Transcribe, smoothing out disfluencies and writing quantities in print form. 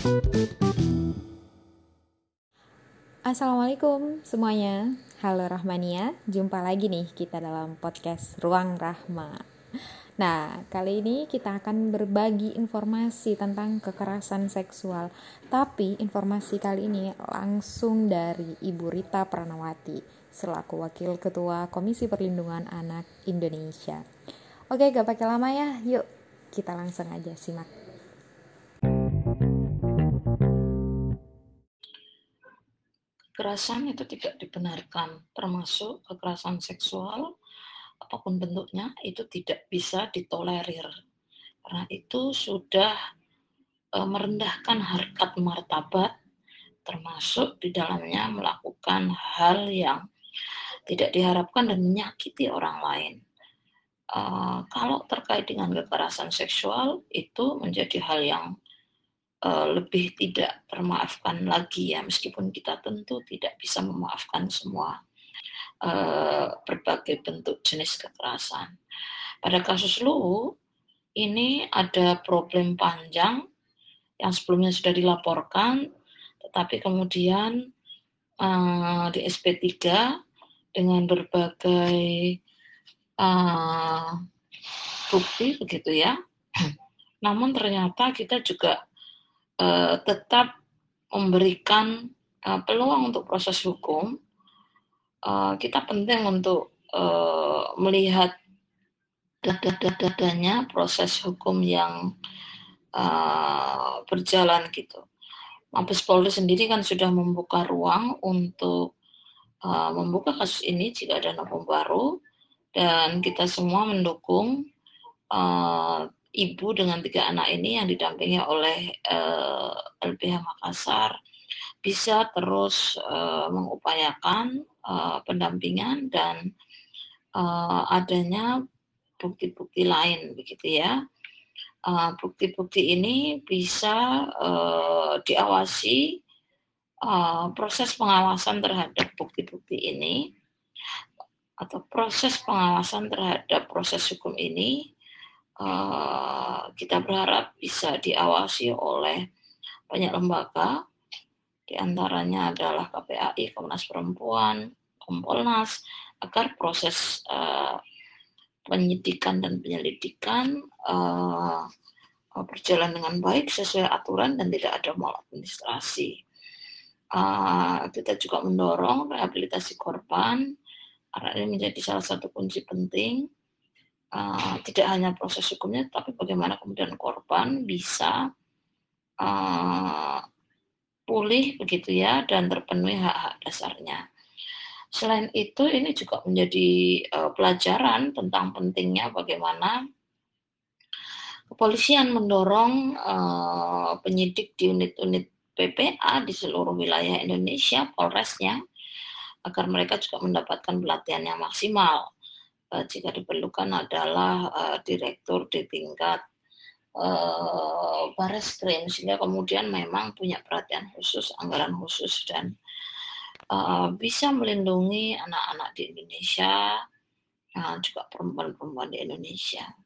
Assalamualaikum semuanya. Halo Rahmania, jumpa lagi nih kita dalam podcast Ruang Rahma. Nah, kali ini kita akan berbagi informasi tentang kekerasan seksual. Tapi informasi kali ini langsung dari Ibu Rita Pranawati selaku Wakil Ketua Komisi Perlindungan Anak Indonesia. Oke, gak pakai lama ya, yuk kita langsung aja simak. Kekerasan itu tidak dibenarkan, termasuk kekerasan seksual, apapun bentuknya, itu tidak bisa ditolerir. Karena itu sudah merendahkan harkat martabat, termasuk di dalamnya melakukan hal yang tidak diharapkan dan menyakiti orang lain. Kalau terkait dengan kekerasan seksual, itu menjadi hal yang lebih tidak termaafkan lagi ya, meskipun kita tentu tidak bisa memaafkan semua berbagai bentuk jenis kekerasan. Pada kasus Luwu, ini ada problem panjang yang sebelumnya sudah dilaporkan, tetapi kemudian di SP3 dengan berbagai bukti begitu ya. Namun ternyata kita juga tetap memberikan peluang untuk proses hukum. Kita penting untuk melihat adanya proses hukum yang berjalan gitu. Mabes Polri sendiri kan sudah membuka ruang untuk membuka kasus ini jika ada novum baru, dan kita semua mendukung ibu dengan 3 anak ini yang didampingi oleh LBH Makassar bisa terus mengupayakan pendampingan dan adanya bukti-bukti lain begitu ya. Bukti-bukti ini bisa diawasi, proses pengawasan terhadap bukti-bukti ini atau proses pengawasan terhadap proses hukum ini kita berharap bisa diawasi oleh banyak lembaga, diantaranya adalah KPAI, Komnas Perempuan, Kompolnas, agar proses penyidikan dan penyelidikan berjalan dengan baik sesuai aturan dan tidak ada maladministrasi. Kita juga mendorong rehabilitasi korban, karena ini menjadi salah satu kunci penting. Tidak hanya proses hukumnya, tapi bagaimana kemudian korban bisa pulih begitu ya dan terpenuhi hak-hak dasarnya. Selain itu, ini juga menjadi pelajaran tentang pentingnya bagaimana kepolisian mendorong penyidik di unit-unit PPA di seluruh wilayah Indonesia, Polresnya, agar mereka juga mendapatkan pelatihan yang maksimal. Jika diperlukan adalah direktur di tingkat Barreskrim, sehingga kemudian memang punya perhatian khusus, anggaran khusus, dan bisa melindungi anak-anak di Indonesia, juga perempuan-perempuan di Indonesia.